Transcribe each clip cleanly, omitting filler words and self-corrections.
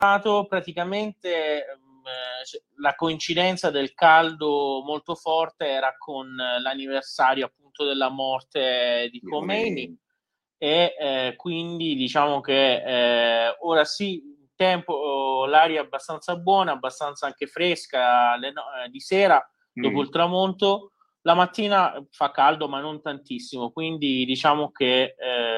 praticamente la coincidenza del caldo molto forte era con l'anniversario appunto della morte di Khomeini e quindi diciamo che ora sì, il tempo, l'aria è abbastanza buona, abbastanza anche fresca di sera dopo il tramonto. La mattina fa caldo ma non tantissimo, quindi diciamo che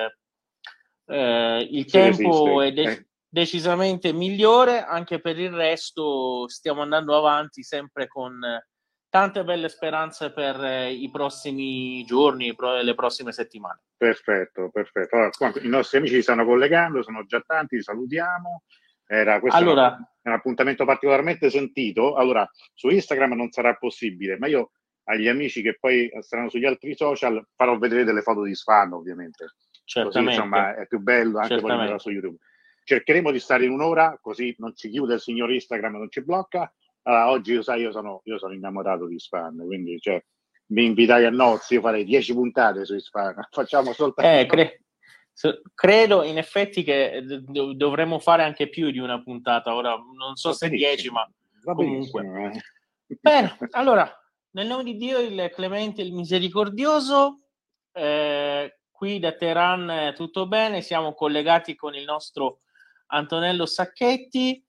il tempo è decisamente migliore. Anche per il resto stiamo andando avanti sempre con tante belle speranze per i prossimi giorni, le prossime settimane. Perfetto. Allora, i nostri amici si stanno collegando, sono già tanti, li salutiamo. Questo è un appuntamento particolarmente sentito. Allora, su Instagram non sarà possibile, ma io agli amici che poi saranno sugli altri social farò vedere delle foto di Isfahan, ovviamente. Certamente. Così, insomma, è più bello, anche poi li metterò su YouTube. Cercheremo di stare in un'ora, così non ci chiude il signor Instagram, non ci blocca. Allora, oggi, io sono innamorato di Isfahan, quindi mi invitai a nozze, io farei 10 puntate su Isfahan, facciamo soltanto... credo in effetti che dovremmo fare anche più di una puntata, ora non so se 10, ma comunque. Bene, allora, nel nome di Dio, il Clemente, il Misericordioso, qui da Teheran tutto bene, siamo collegati con il nostro Antonello Sacchetti.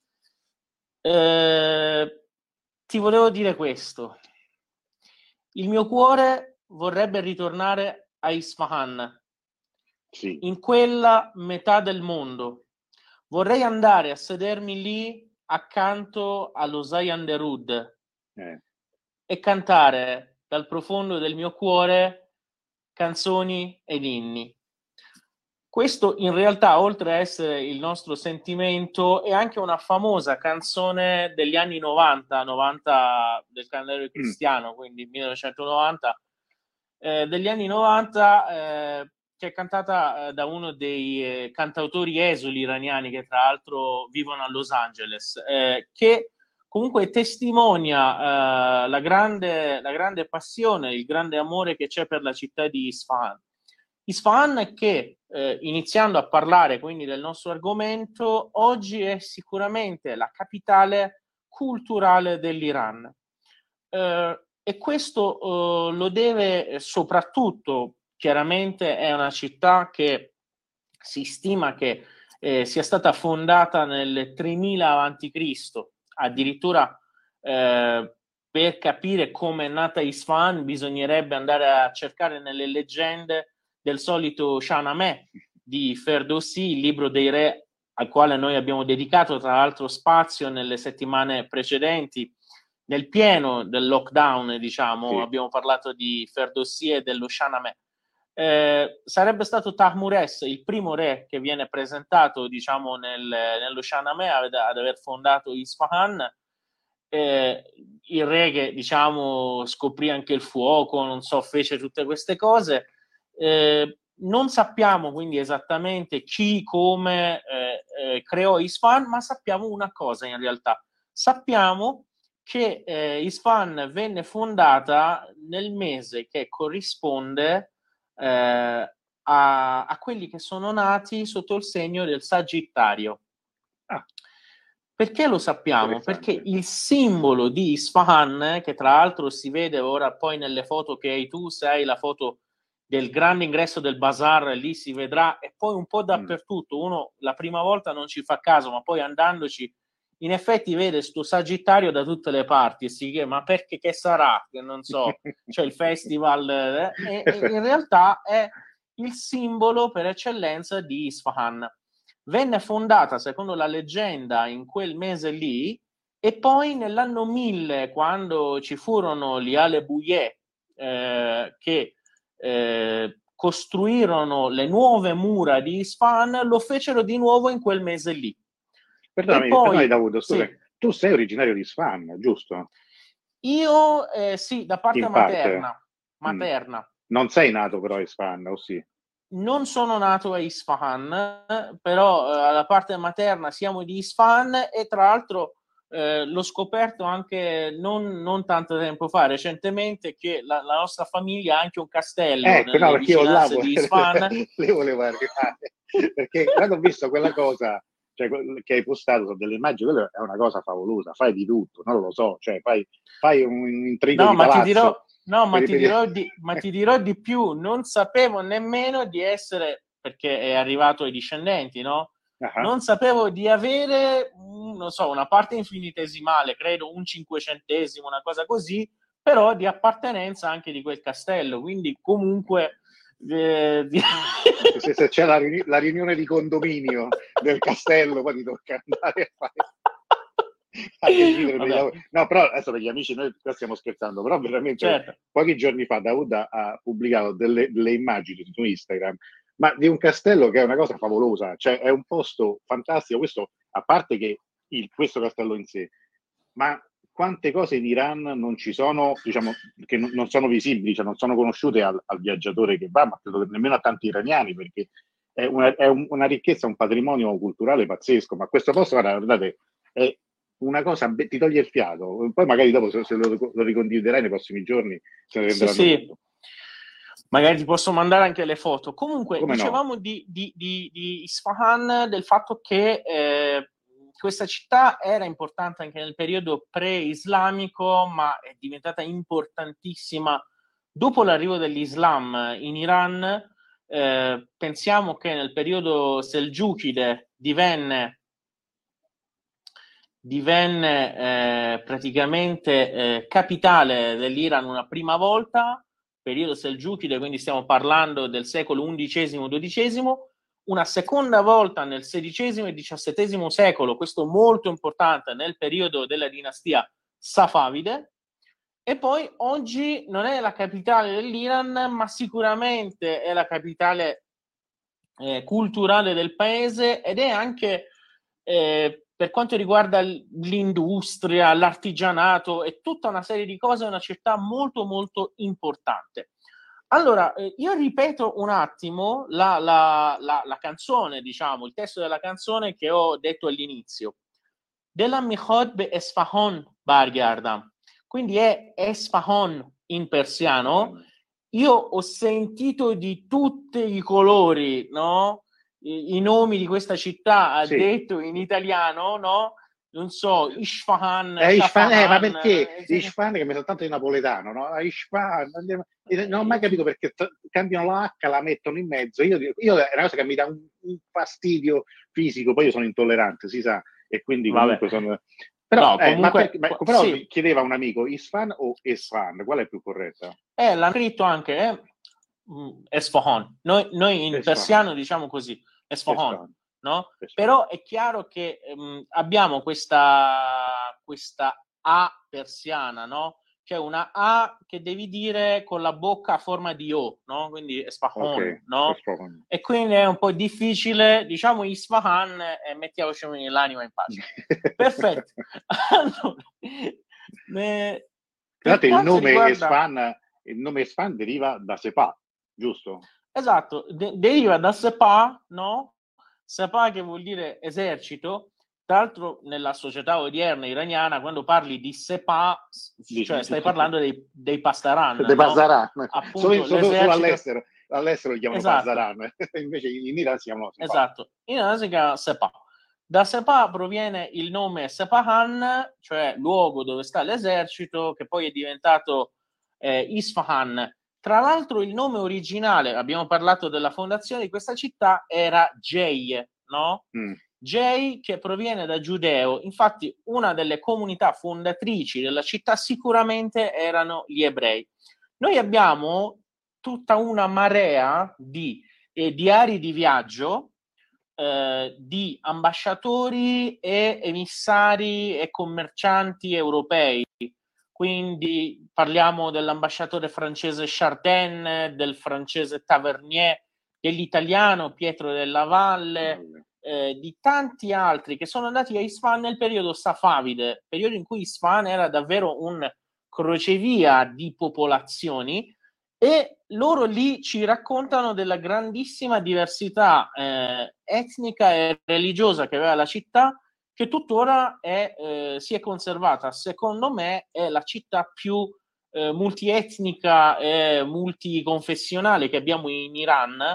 Ti volevo dire questo: il mio cuore vorrebbe ritornare a Isfahan, in quella metà del mondo. Vorrei andare a sedermi lì accanto allo Zayan Derud e cantare dal profondo del mio cuore canzoni ed inni. Questo in realtà, oltre a essere il nostro sentimento, è anche una famosa canzone degli anni 90 del calendario cristiano, quindi 1990, degli anni 90, che è cantata da uno dei cantautori esuli iraniani che tra l'altro vivono a Los Angeles, che comunque testimonia la grande passione, il grande amore che c'è per la città di Isfahan. Isfahan che, iniziando a parlare quindi del nostro argomento, oggi è sicuramente la capitale culturale dell'Iran. E questo lo deve soprattutto, chiaramente è una città che si stima che sia stata fondata nel 3000 a.C., addirittura per capire come è nata Isfahan bisognerebbe andare a cercare nelle leggende del solito Shahnameh di Ferdowsi, il libro dei re al quale noi abbiamo dedicato tra l'altro spazio nelle settimane precedenti. Nel pieno del lockdown, diciamo, abbiamo parlato di Ferdowsi e dello Shahnameh. Sarebbe stato Tahmures il primo re che viene presentato, diciamo, nello Shahnameh ad aver fondato Isfahan. Il re che, diciamo, scoprì anche il fuoco, non so, fece tutte queste cose. Non sappiamo quindi esattamente chi, come creò Isfahan, ma sappiamo una cosa in realtà. Sappiamo che Isfahan venne fondata nel mese che corrisponde a quelli che sono nati sotto il segno del Sagittario. Perché lo sappiamo? Perché il simbolo di Isfahan, che tra l'altro si vede ora poi nelle foto che hai tu, se hai la foto del grande ingresso del bazar, lì si vedrà, e poi un po' dappertutto. Uno la prima volta non ci fa caso, ma poi andandoci in effetti vede sto Sagittario da tutte le parti e si chiede ma perché, che sarà? Non so, c'è il festival, e in realtà è il simbolo per eccellenza di Isfahan. Venne fondata, secondo la leggenda, in quel mese lì, e poi nell'anno 1000, quando ci furono gli Alebuyè che costruirono le nuove mura di Isfahan, lo fecero di nuovo in quel mese lì. Perdonami Davuto, scusa, tu sei originario di Isfahan, giusto? Io sì, da parte materna. Non sei nato però a Isfahan, o sì? Non sono nato a Isfahan, però alla parte materna siamo di Isfahan, e tra l'altro l'ho scoperto anche non tanto tempo fa, recentemente, che la nostra famiglia ha anche un castello nelle vicinanze di Isfahan. Le volevo arrivare, perché quando ho visto quella cosa cioè, che hai postato sono delle immagini, quella è una cosa favolosa, fai di tutto, non lo so, cioè fai un intrigo di palazzo. Ma ti dirò di più, non sapevo nemmeno di essere, perché è arrivato ai discendenti, no? Uh-huh. Non sapevo di avere, non so, una parte infinitesimale, credo un 500°, una cosa così, però di appartenenza anche di quel castello, quindi comunque... se c'è la riunione di condominio del castello, poi ti tocca andare a decidere dei lavori. No, però adesso per gli amici noi stiamo scherzando, però veramente pochi giorni fa Dawood ha pubblicato delle immagini su Instagram, ma di un castello che è una cosa favolosa, cioè è un posto fantastico, questo a parte che questo castello in sé, ma quante cose in Iran non ci sono, diciamo, che non sono visibili, cioè non sono conosciute al viaggiatore che va, ma credo che nemmeno a tanti iraniani, perché è una ricchezza, un patrimonio culturale pazzesco. Ma questo posto, guardate, è una cosa, ti toglie il fiato. Poi magari dopo, se lo ricondividerai nei prossimi giorni, se ne renderanno conto. Magari ti posso mandare anche le foto. Comunque, come dicevamo no? di Isfahan, del fatto che questa città era importante anche nel periodo pre-islamico, ma è diventata importantissima dopo l'arrivo dell'Islam in Iran. Pensiamo che nel periodo Selgiukide divenne praticamente capitale dell'Iran una prima volta, periodo Selgiukide, quindi stiamo parlando del secolo XI-XII, una seconda volta nel XVI e XVII secolo, questo molto importante nel periodo della dinastia Safavide, e poi oggi non è la capitale dell'Iran, ma sicuramente è la capitale culturale del paese, ed è anche per quanto riguarda l'industria, l'artigianato e tutta una serie di cose, è una città molto molto importante. Allora, io ripeto un attimo la canzone, diciamo, il testo della canzone che ho detto all'inizio. Delam mikhad be Esfahan bargardam. Quindi è Esfahan in persiano. Io ho sentito di tutti i colori, no? I nomi di questa città, ha detto in italiano, no? Non so, Isfahan, ma perché? Isfahan, che mi sa tanto di napoletano, no? Isfahan, non ho mai capito perché cambiano la H, la mettono in mezzo. Io è una cosa che mi dà un fastidio fisico, poi io sono intollerante, si sa, e quindi comunque sono... Però, no, comunque, però sì. Chiedeva un amico, Isfahan o Esfahan, qual è più corretta? L'ha scritto anche Esfahan. Noi in persiano diciamo così, Esfahan. No? Però è chiaro che abbiamo questa A persiana, no? C'è una A che devi dire con la bocca a forma di O, no? Quindi Esfahan, no? Esfahan. E quindi è un po' difficile, diciamo Isfahan, e mettiamoci l'anima in pace. Perfetto. Allora, il nome Esfahan deriva da Sepah, giusto? Esatto, deriva da Sepah, no? Sepah che vuol dire esercito. Tra l'altro nella società odierna iraniana, quando parli di Sepah, cioè stai parlando dei Pastaran, dei Pastaran, appunto, solo all'estero li chiamano Pastaran, invece in Iran si chiamano Sepah. Esatto, in Iran si chiama Sepah. Da Sepah proviene il nome Sepahan, cioè luogo dove sta l'esercito, che poi è diventato Isfahan. Tra l'altro il nome originale, abbiamo parlato della fondazione di questa città, era Jay, no? Jay, che proviene da giudeo. Infatti una delle comunità fondatrici della città sicuramente erano gli ebrei. Noi abbiamo tutta una marea di diari di viaggio, di ambasciatori e emissari e commercianti europei. Quindi parliamo dell'ambasciatore francese Chardin, del francese Tavernier, dell'italiano Pietro della Valle, di tanti altri che sono andati a Isfahan nel periodo Safavide, periodo in cui Isfahan era davvero un crocevia di popolazioni, e loro lì ci raccontano della grandissima diversità etnica e religiosa che aveva la città, che tuttora si è conservata. Secondo me è la città più multietnica e multiconfessionale che abbiamo in Iran,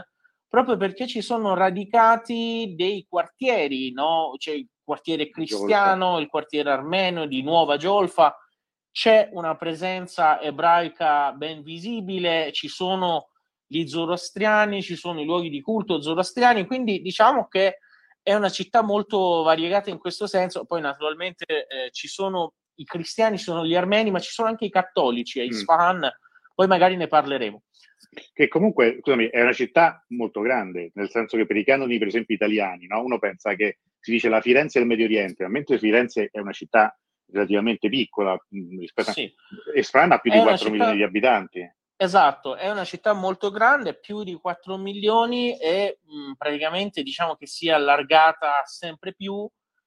proprio perché ci sono radicati dei quartieri, no? C'è il quartiere cristiano, il quartiere armeno di Nuova Giolfa, c'è una presenza ebraica ben visibile, ci sono gli zoroastriani, ci sono i luoghi di culto zoroastriani, quindi diciamo che è una città molto variegata in questo senso. Poi naturalmente ci sono i cristiani, ci sono gli armeni, ma ci sono anche i cattolici a Isfahan, poi magari ne parleremo. Che comunque, scusami, è una città molto grande, nel senso che per i canoni, per esempio, italiani, no? Uno pensa che si dice la Firenze del Medio Oriente, mentre Firenze è una città relativamente piccola rispetto sì. a Isfahan ha più di 4 milioni di abitanti. Esatto, è una città molto grande, più di 4 milioni e praticamente diciamo che si è allargata sempre più,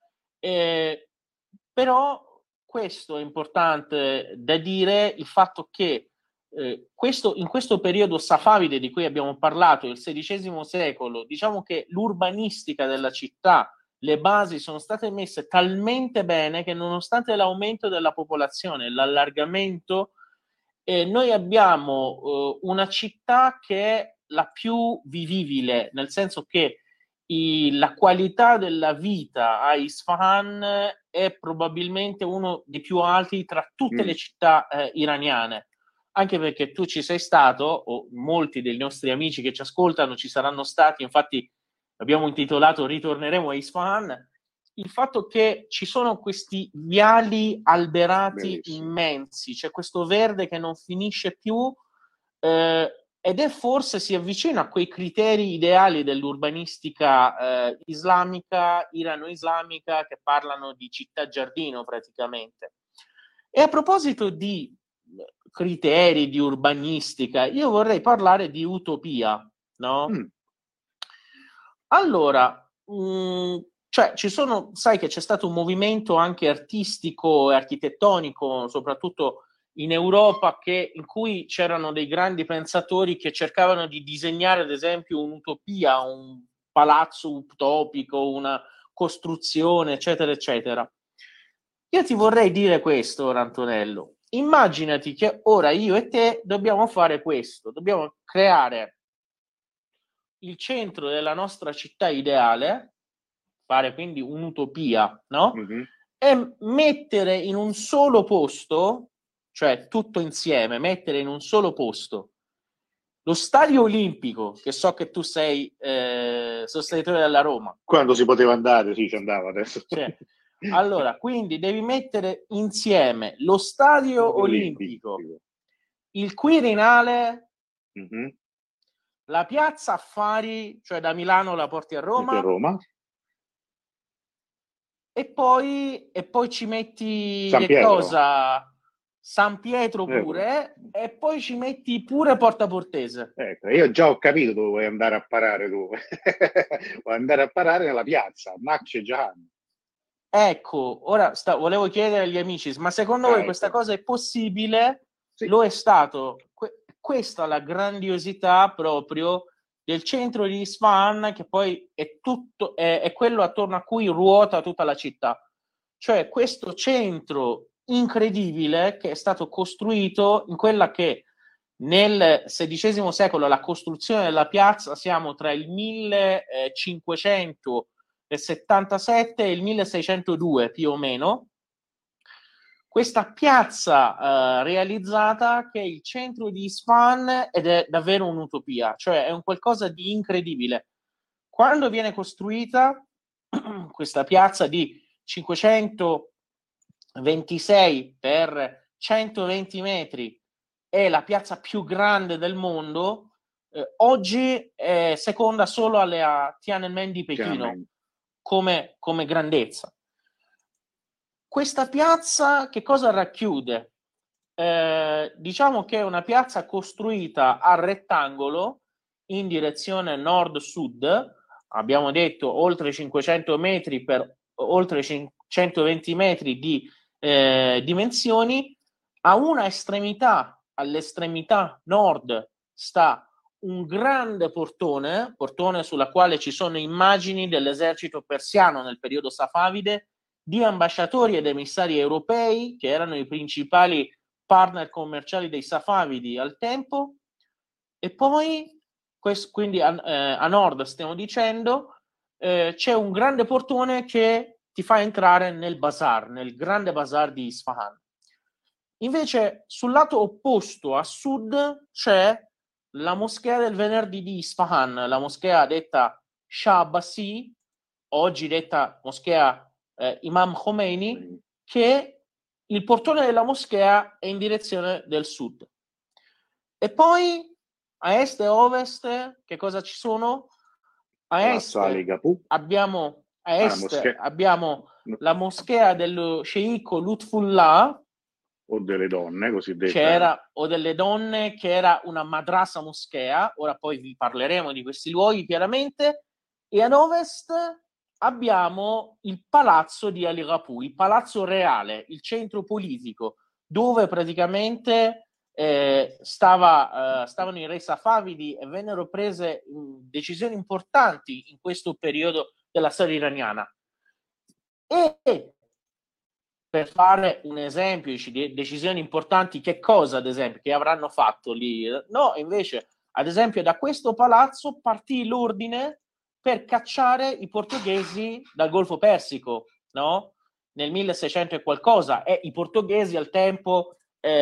però questo è importante da dire, il fatto che in questo periodo safavide di cui abbiamo parlato, il XVI secolo, diciamo che l'urbanistica della città, le basi sono state messe talmente bene che nonostante l'aumento della popolazione, l'allargamento, noi abbiamo una città che è la più vivibile, nel senso che la qualità della vita a Isfahan è probabilmente uno dei più alti tra tutte le città iraniane, anche perché tu ci sei stato, o molti dei nostri amici che ci ascoltano ci saranno stati, infatti abbiamo intitolato Ritorneremo a Isfahan. Il fatto che ci sono questi viali alberati immensi, c'è questo verde che non finisce più, ed è forse si avvicina a quei criteri ideali dell'urbanistica islamica, irano-islamica, che parlano di città giardino praticamente. E a proposito di criteri di urbanistica, io vorrei parlare di utopia, no? Allora, cioè ci sono, sai che c'è stato un movimento anche artistico e architettonico, soprattutto in Europa, in cui c'erano dei grandi pensatori che cercavano di disegnare, ad esempio, un'utopia, un palazzo utopico, una costruzione, eccetera, eccetera. Io ti vorrei dire questo, ora, Antonello. Immaginati che ora io e te dobbiamo fare questo, dobbiamo creare il centro della nostra città ideale, fare quindi un'utopia, no? E mettere in un solo posto, cioè tutto insieme, mettere in un solo posto lo stadio olimpico, che so che tu sei sostenitore della Roma. Quando si poteva andare, sì, ci andava adesso. Cioè, allora, quindi devi mettere insieme lo stadio olimpico, il Quirinale, la piazza Affari, cioè da Milano la porti a Roma. E poi ci metti San Pietro pure, e poi ci metti pure Porta Portese. Ecco, io già ho capito dove vuoi andare a parare tu. Vuoi andare a parare nella piazza, Nakce Jahan. Ecco, ora volevo chiedere agli amici, ma secondo voi questa cosa è possibile? Sì. Lo è stato. Questa è la grandiosità proprio del centro di Isfahan, che poi è quello attorno a cui ruota tutta la città. Cioè questo centro incredibile che è stato costruito in quella che nel XVI secolo, la costruzione della piazza, siamo tra il 1577 e il 1602 più o meno. Questa piazza realizzata che è il centro di Isfahan, ed è davvero un'utopia, cioè è un qualcosa di incredibile. Quando viene costruita questa piazza di 526 per 120 metri è la piazza più grande del mondo, oggi è seconda solo alla Tiananmen di Pechino come grandezza. Questa piazza che cosa racchiude? Diciamo che è una piazza costruita a rettangolo in direzione nord-sud, abbiamo detto oltre 500 metri per oltre 120 metri di dimensioni. A una estremità, all'estremità nord, sta un grande portone sulla quale ci sono immagini dell'esercito persiano nel periodo safavide, di ambasciatori ed emissari europei che erano i principali partner commerciali dei safavidi al tempo. E poi quindi a nord stiamo dicendo, c'è un grande portone che ti fa entrare nel bazar, nel grande bazar di Isfahan. Invece sul lato opposto, a sud, c'è la moschea del venerdì di Isfahan, la moschea detta Shah Abbasi, oggi detta moschea Imam Khomeini, che il portone della moschea è in direzione del sud. E poi a est e ovest che cosa ci sono? A est abbiamo la moschea dello sceicco Lutfullah, o delle donne cosiddette. O delle donne, che era una madrasa moschea. Ora poi vi parleremo di questi luoghi chiaramente. E ad ovest abbiamo il palazzo di Ali Rapu, il palazzo reale, il centro politico, dove praticamente stavano i re safavidi e vennero prese decisioni importanti in questo periodo della storia iraniana. E per fare un esempio di decisioni importanti, che cosa ad esempio, che avranno fatto lì? No, invece, ad esempio, da questo palazzo partì l'ordine per cacciare i portoghesi dal Golfo Persico, no? Nel 1600 e qualcosa, e i portoghesi al tempo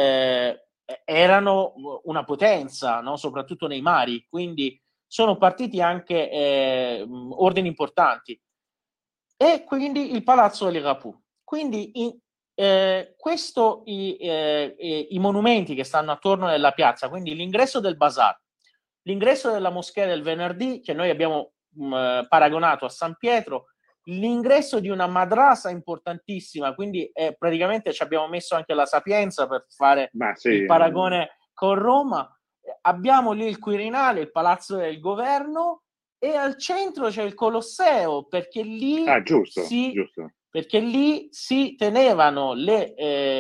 erano una potenza, no? Soprattutto nei mari, quindi sono partiti anche ordini importanti. E quindi il palazzo Ali Rapu. Quindi i monumenti che stanno attorno alla piazza, quindi l'ingresso del bazar, l'ingresso della moschea del venerdì, che noi abbiamo paragonato a San Pietro, l'ingresso di una madrasa importantissima, quindi praticamente ci abbiamo messo anche la Sapienza per fare il paragone con Roma. Abbiamo lì il Quirinale, il palazzo del governo, e al centro c'è il Colosseo, perché lì giusto. Perché lì si tenevano le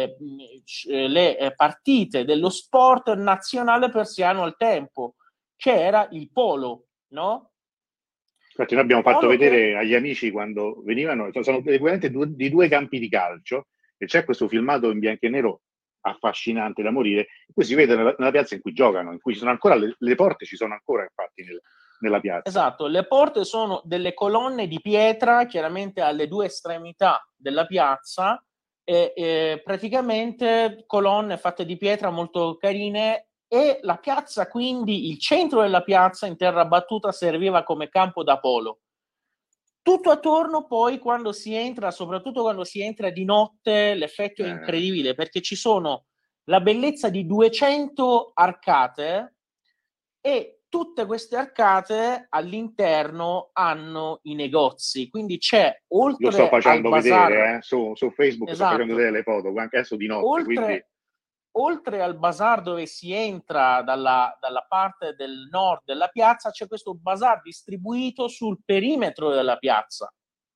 partite dello sport nazionale persiano al tempo, che era il polo, no? Infatti noi abbiamo fatto vedere agli amici quando venivano, sono equivalenti di due campi di calcio, e c'è questo filmato in bianco e nero affascinante da morire, in cui si vede nella piazza in cui giocano, in cui ci sono ancora le porte, ci sono ancora infatti nella piazza. Esatto, le porte sono delle colonne di pietra, chiaramente alle due estremità della piazza, praticamente colonne fatte di pietra molto carine, e la piazza, quindi il centro della piazza in terra battuta, serviva come campo da polo. Tutto attorno poi, quando si entra, soprattutto quando si entra di notte, l'effetto è incredibile, perché ci sono la bellezza di 200 arcate, e tutte queste arcate all'interno hanno i negozi, quindi c'è, oltre lo sto facendo al bazar, vedere su Facebook, sto facendo vedere le foto anche adesso di notte, oltre al bazar dove si entra dalla parte del nord della piazza, c'è questo bazar distribuito sul perimetro della piazza.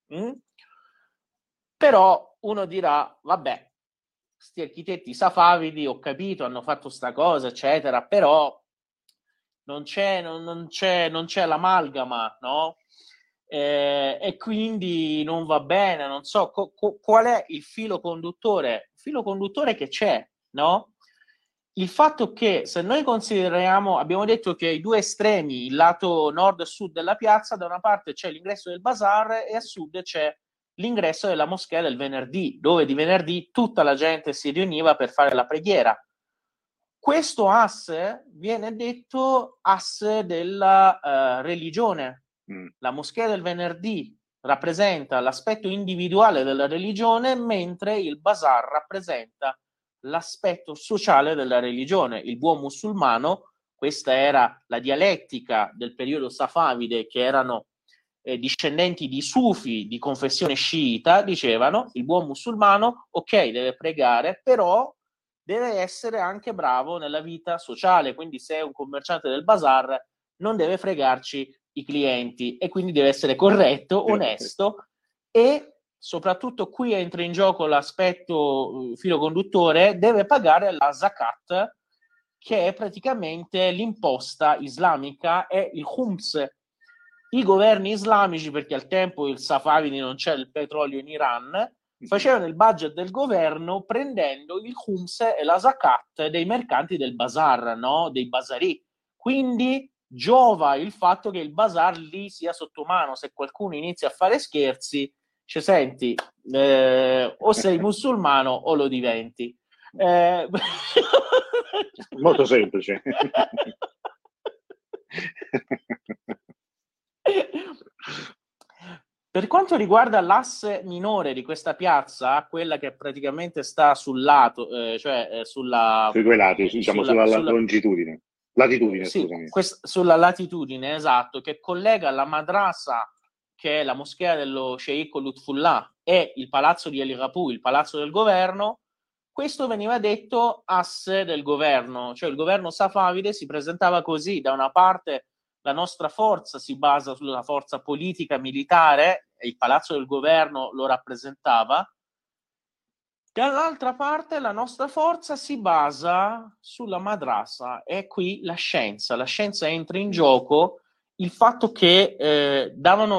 Però uno dirà, vabbè, sti architetti safavidi, ho capito, hanno fatto sta cosa, eccetera, però non c'è l'amalgama, no? E quindi non va bene, non so qual è il filo conduttore. Il filo conduttore che c'è, no? Il fatto che, se noi consideriamo, abbiamo detto che i due estremi, il lato nord e sud della piazza, da una parte c'è l'ingresso del bazar e a sud c'è l'ingresso della moschea del venerdì, dove di venerdì tutta la gente si riuniva per fare la preghiera. Questo asse viene detto asse della religione. La moschea del venerdì rappresenta l'aspetto individuale della religione, mentre il bazar rappresenta l'aspetto sociale della religione. Il buon musulmano, questa era la dialettica del periodo safavide, che erano discendenti di sufi di confessione sciita, dicevano: il buon musulmano, ok, deve pregare, però deve essere anche bravo nella vita sociale, quindi se è un commerciante del bazar non deve fregarci i clienti, e quindi deve essere corretto, onesto, e soprattutto qui entra in gioco l'aspetto filo conduttore: deve pagare la zakat, che è praticamente l'imposta islamica, e il khums. I governi islamici, perché al tempo il safavidi non c'è il petrolio in Iran, facevano il budget del governo prendendo il khums e la zakat dei mercanti del bazar, no? Dei bazari. Quindi giova il fatto che il bazar lì sia sotto mano. Se qualcuno inizia a fare scherzi, ci senti, o sei musulmano o lo diventi. Molto semplice. Per quanto riguarda l'asse minore di questa piazza, quella che praticamente sta sul lato, sui due lati, diciamo sulla longitudine, latitudine, sì, scusami. Sulla latitudine, esatto, che collega la madrasa, che è la moschea dello sceicco Lutfullah, e il palazzo di El Rapu, il palazzo del governo. Questo veniva detto asse del governo, cioè il governo safavide si presentava così: da una parte la nostra forza si basa sulla forza politica militare e il palazzo del governo lo rappresentava, dall'altra parte la nostra forza si basa sulla madrasa, e qui la scienza entra in gioco. Il fatto che davano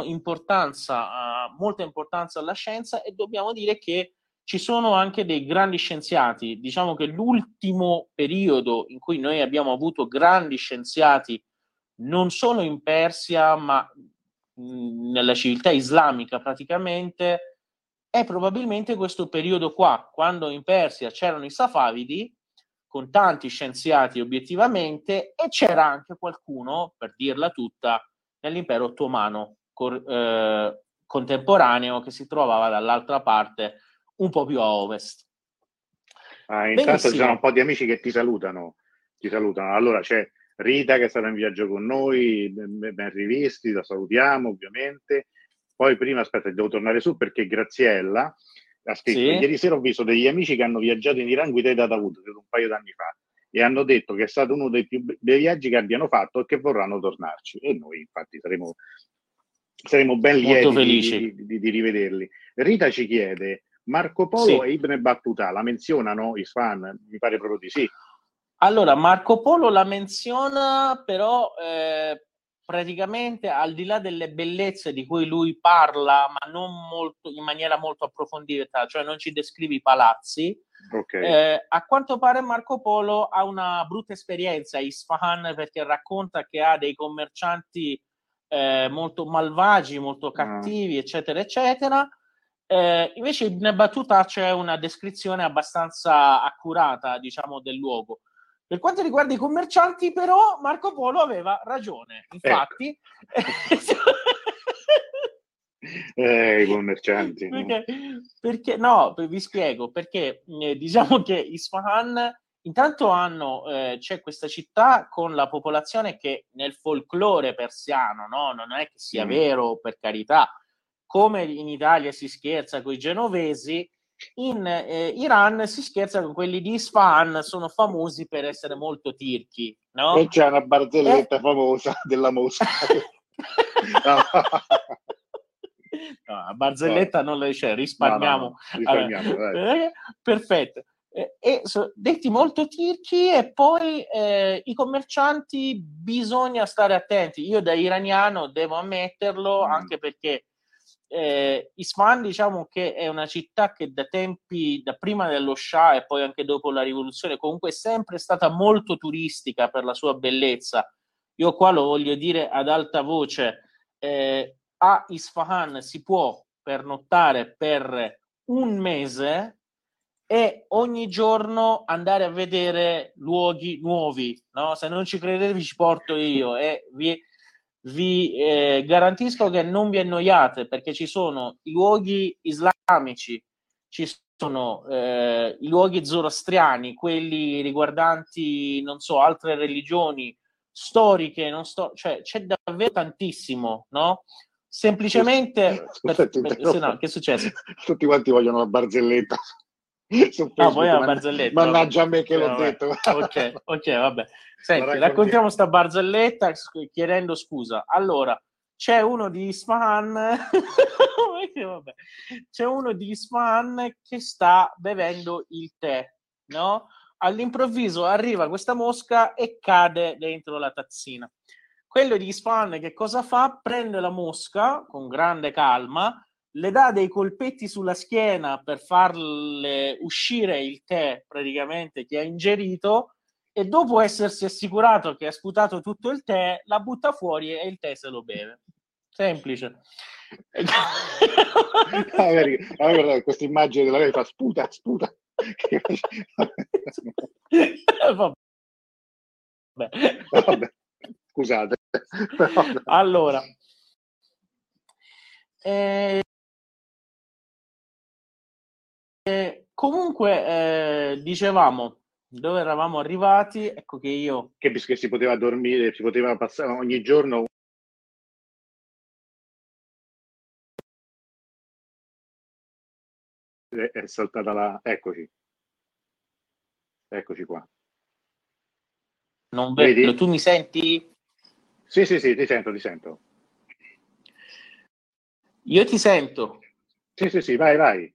molta importanza alla scienza, e dobbiamo dire che ci sono anche dei grandi scienziati. Diciamo che l'ultimo periodo in cui noi abbiamo avuto grandi scienziati, non solo in Persia, ma nella civiltà islamica praticamente, è probabilmente questo periodo qua, quando in Persia c'erano i safavidi, con tanti scienziati obiettivamente, e c'era anche qualcuno, per dirla tutta, nell'impero ottomano contemporaneo, che si trovava dall'altra parte, un po' più a ovest. Intanto ci sono un po' di amici che ti salutano. Allora c'è Rita che è stata in viaggio con noi, ben rivisti, la salutiamo ovviamente. Poi prima, aspetta, devo tornare su perché Graziella ha scritto: ieri sera ho visto degli amici che hanno viaggiato in Iran guidati da Dawood un paio d'anni fa, e hanno detto che è stato uno dei più bei viaggi che abbiano fatto e che vorranno tornarci, e noi infatti saremo ben lieti di rivederli. Rita ci chiede: Marco Polo e Ibn Battuta la menzionano Isfahan? Mi pare proprio di sì. Allora, Marco Polo la menziona, però praticamente, al di là delle bellezze di cui lui parla, ma non molto, in maniera molto approfondita, cioè non ci descrive i palazzi. Okay. A quanto pare Marco Polo ha una brutta esperienza a Isfahan, perché racconta che ha dei commercianti molto malvagi, molto cattivi, eccetera, eccetera. Invece in Battuta c'è una descrizione abbastanza accurata, diciamo, del luogo. Per quanto riguarda i commercianti, però, Marco Polo aveva ragione. Infatti, i commercianti. Perché no, vi spiego. Perché diciamo che Isfahan, intanto c'è questa città con la popolazione che nel folklore persiano, no? Non è che sia vero, per carità, come in Italia si scherza con i genovesi, in Iran si scherza con quelli di Isfahan, sono famosi per essere molto tirchi, no? E c'è una barzelletta famosa della mosca. No, la barzelletta non la dice, risparmiamo. Perfetto. Detti molto tirchi, e poi i commercianti bisogna stare attenti. Io da iraniano devo ammetterlo, anche perché Isfahan, diciamo che è una città che da prima dello Shah e poi anche dopo la rivoluzione, comunque è sempre stata molto turistica per la sua bellezza. Io qua lo voglio dire ad alta voce: a Isfahan si può pernottare per un mese e ogni giorno andare a vedere luoghi nuovi, no? Se non ci credete vi ci porto io, e vi garantisco che non vi annoiate, perché ci sono i luoghi islamici, ci sono i luoghi zoroastriani, quelli riguardanti, non so, altre religioni storiche, cioè c'è davvero tantissimo, no? Semplicemente no, che è successo? Tutti quanti vogliono la barzelletta su poi la barzelletta, mannaggia a me che l'ho detto. Ok, vabbè. Senti, raccontiamo sta barzelletta chiedendo scusa. Allora, c'è uno di Isfahan c'è uno di Isfahan che sta bevendo il tè, no? All'improvviso arriva questa mosca e cade dentro la tazzina. Quello di Isfahan che cosa fa? Prende la mosca con grande calma, le dà dei colpetti sulla schiena per farle uscire il tè praticamente che ha ingerito, e dopo essersi assicurato che ha sputato tutto il tè, la butta fuori e il tè se lo beve. Semplice. Guarda, questa immagine della lei fa sputa. Vabbè, scusate. Allora, comunque, dicevamo, dove eravamo arrivati? Ecco che io... Che si poteva dormire, si poteva passare ogni giorno. È saltata la... Eccoci qua. Non vedo. Vedi? Tu mi senti? Sì, ti sento. Io ti sento. Sì, vai.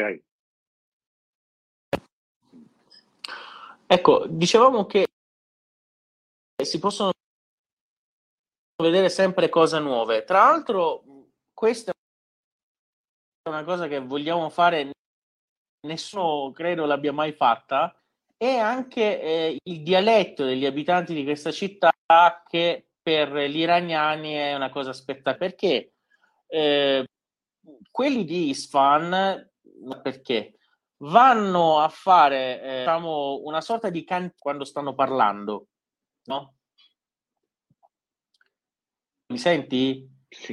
Ecco, dicevamo che si possono vedere sempre cose nuove. Tra l'altro, questa è una cosa che vogliamo fare, nessuno credo l'abbia mai fatta, è anche il dialetto degli abitanti di questa città, che per gli iraniani è una cosa spettacolare, perché quelli di Isfahan, perché vanno a fare diciamo una sorta di canto quando stanno parlando, no? Mi senti?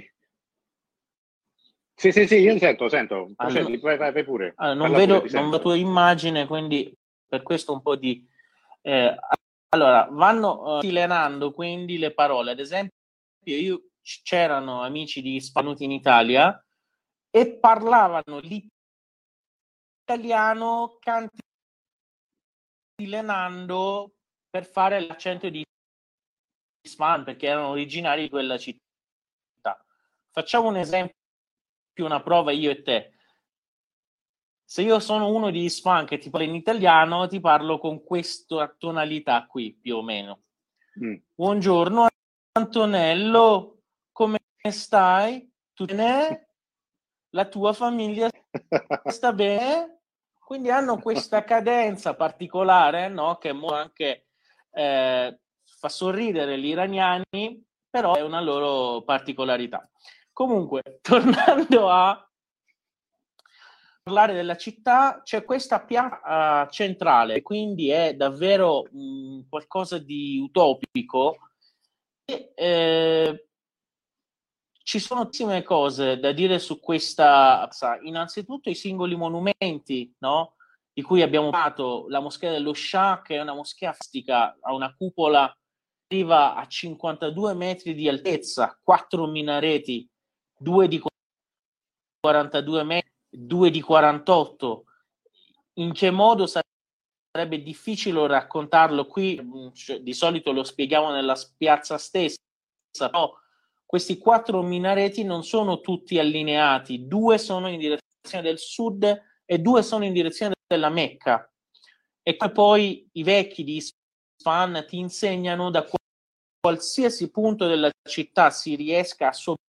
Sì, io sento. Allora, vai pure. Allora, non vedo la tua immagine, quindi per questo un po' di... allora, vanno tilenando quindi le parole. Ad esempio, c'erano amici di venuti in Italia e parlavano l'italiano cantilenando per fare l'accento di Isfahan, perché erano originari di quella città. Facciamo un esempio, una prova io e te. Se io sono uno di Isfahan che ti parla in italiano, ti parlo con questa tonalità qui, più o meno. Buongiorno Antonello, come stai? Tutto bene? La tua famiglia sta bene? Quindi hanno questa cadenza particolare, no? Che anche fa sorridere gli iraniani, però è una loro particolarità. Comunque, tornando a parlare della città, c'è questa piazza centrale, quindi è davvero qualcosa di utopico. E, ci sono tantissime cose da dire su questa. Innanzitutto i singoli monumenti, no? Di cui abbiamo parlato, la moschea dello Shah, che è una moschea fantastica, ha una cupola che arriva a 52 metri di altezza, 4 minareti, 2 di 42 metri, 2 di 48. In che modo sarebbe difficile raccontarlo qui? Di solito lo spieghiamo nella piazza stessa, però questi 4 minareti non sono tutti allineati, 2 sono in direzione del sud e 2 sono in direzione della Mecca. E poi i vecchi di Isfahan ti insegnano da qualsiasi punto della città si riescono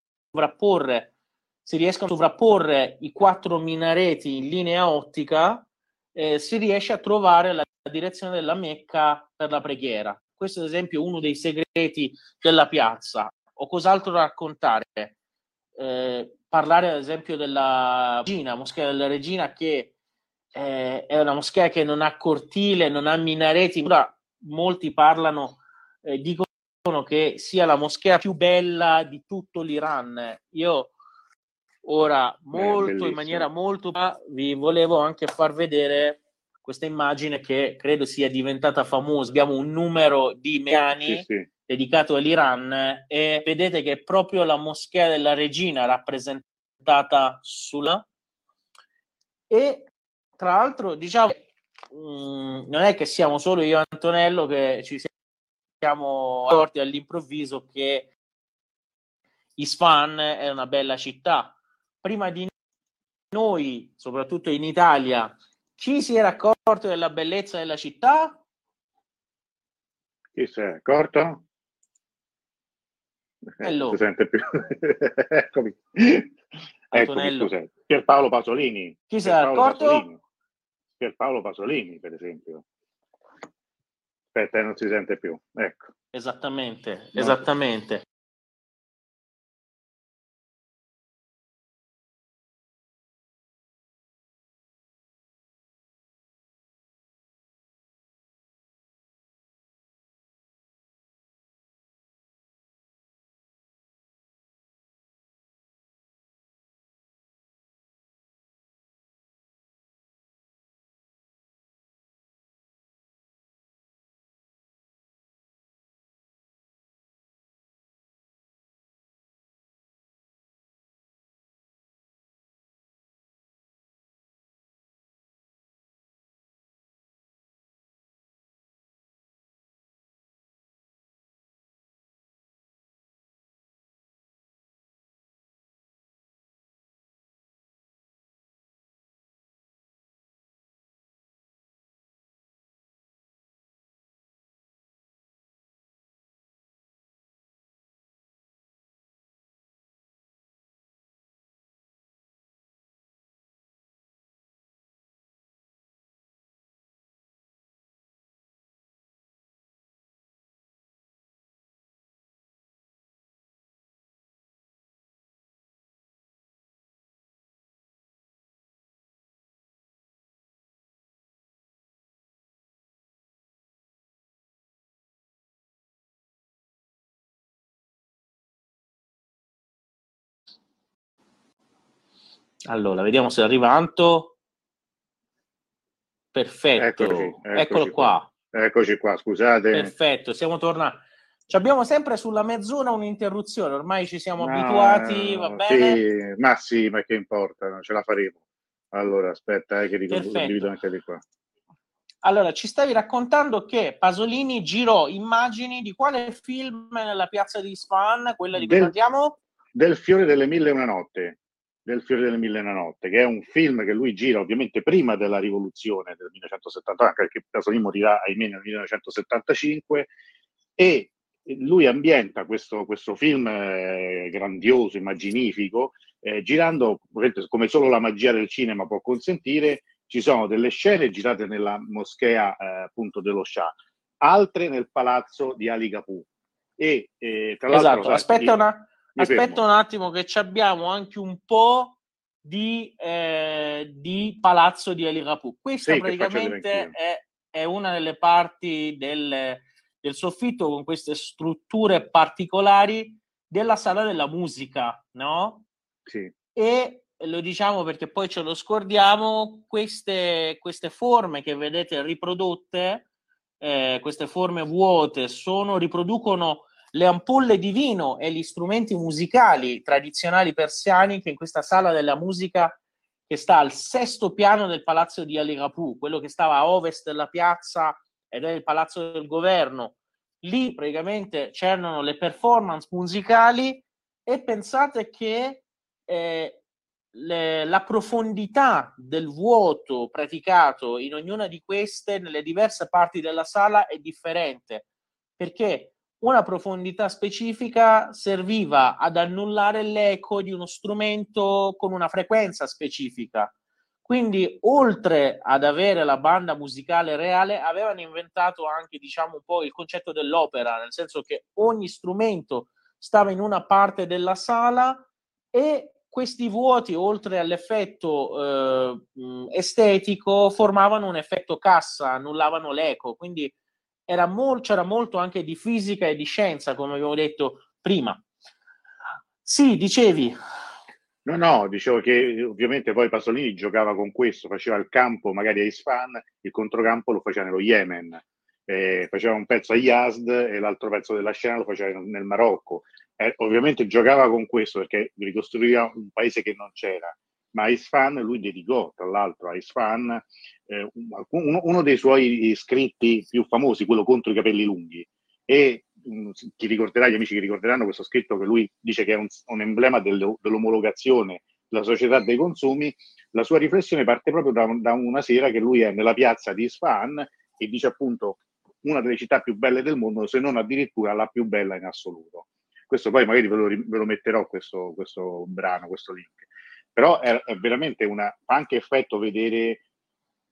a sovrapporre i 4 minareti in linea ottica, si riesce a trovare la direzione della Mecca per la preghiera. Questo ad esempio è uno dei segreti della piazza. O cos'altro raccontare? Parlare ad esempio della Regina, Moschea della Regina, che è una moschea che non ha cortile, non ha minareti. Ora molti parlano, dicono che sia la moschea più bella di tutto l'Iran. Io ora in maniera molto vi volevo anche far vedere questa immagine che credo sia diventata famosa. Abbiamo un numero di mediani dedicato all'Iran e vedete che è proprio la moschea della Regina rappresentata sulla. E tra l'altro diciamo non è che siamo solo io e Antonello che ci siamo accorti all'improvviso che Isfahan è una bella città. Prima di noi, soprattutto in Italia, chi si era accorto della bellezza della città? Chi si è accorto? Non si sente più. Eccomi. Eccomi, scusa. Pierpaolo Pasolini. Chi si è accorto? Pierpaolo Pasolini, per esempio. Aspetta, non si sente più. Ecco. Esattamente, esattamente. Allora, vediamo se arriva Anto. Perfetto, eccolo qua. Eccoci qua, scusate. Perfetto, siamo tornati. Abbiamo sempre sulla mezz'ora un'interruzione, ormai ci siamo abituati, va bene? Sì, ma che importa, ce la faremo. Allora, aspetta, che ricordo anche di qua. Allora, ci stavi raccontando che Pasolini girò immagini di quale film nella piazza di Isfahan, quella di cui parliamo? Del Fiore delle Mille e una Notte. Del Fiore delle Mille e una Notte, che è un film che lui gira ovviamente prima della rivoluzione del 1970, anche perché Pasolini morirà ahimè nel 1975, e lui ambienta questo film grandioso, immaginifico, girando, come solo la magia del cinema può consentire. Ci sono delle scene girate nella moschea appunto dello Shah, altre nel palazzo di Ali Cafou. E tra l'altro, aspetta un attimo che abbiamo anche un po' di palazzo di Ali Cafou. Questa praticamente è una delle parti del soffitto con queste strutture particolari della sala della musica, no? Sì. E lo diciamo perché poi ce lo scordiamo, queste forme che vedete riprodotte, queste forme vuote, riproducono le ampolle di vino e gli strumenti musicali tradizionali persiani che in questa sala della musica che sta al 6° piano del palazzo di Ali Cafou, quello che stava a ovest della piazza ed è il palazzo del governo. Lì praticamente c'erano le performance musicali e pensate che la profondità del vuoto praticato in ognuna di queste nelle diverse parti della sala è differente, perché una profondità specifica serviva ad annullare l'eco di uno strumento con una frequenza specifica. Quindi, oltre ad avere la banda musicale reale, avevano inventato anche, diciamo, un po' il concetto dell'opera, nel senso che ogni strumento stava in una parte della sala e questi vuoti, oltre all'effetto estetico, formavano un effetto cassa, annullavano l'eco. Quindi c'era molto anche di fisica e di scienza, come avevo detto prima. Sì, dicevi. No, dicevo che ovviamente poi Pasolini giocava con questo, faceva il campo magari a Isfahan, il controcampo lo faceva nello Yemen, faceva un pezzo a Yazd e l'altro pezzo della scena lo faceva nel Marocco. Ovviamente giocava con questo perché ricostruiva un paese che non c'era, ma a Isfahan lui dedicò, tra l'altro, a Isfahan uno dei suoi scritti più famosi, quello contro i capelli lunghi. E chi ricorderà, gli amici che ricorderanno questo scritto che lui dice che è un emblema dell'omologazione della società dei consumi. La sua riflessione parte proprio da una sera che lui è nella piazza di Isfahan e dice appunto una delle città più belle del mondo, se non addirittura la più bella in assoluto. Questo poi magari ve lo metterò questo brano, questo link. Però è veramente fa anche effetto vedere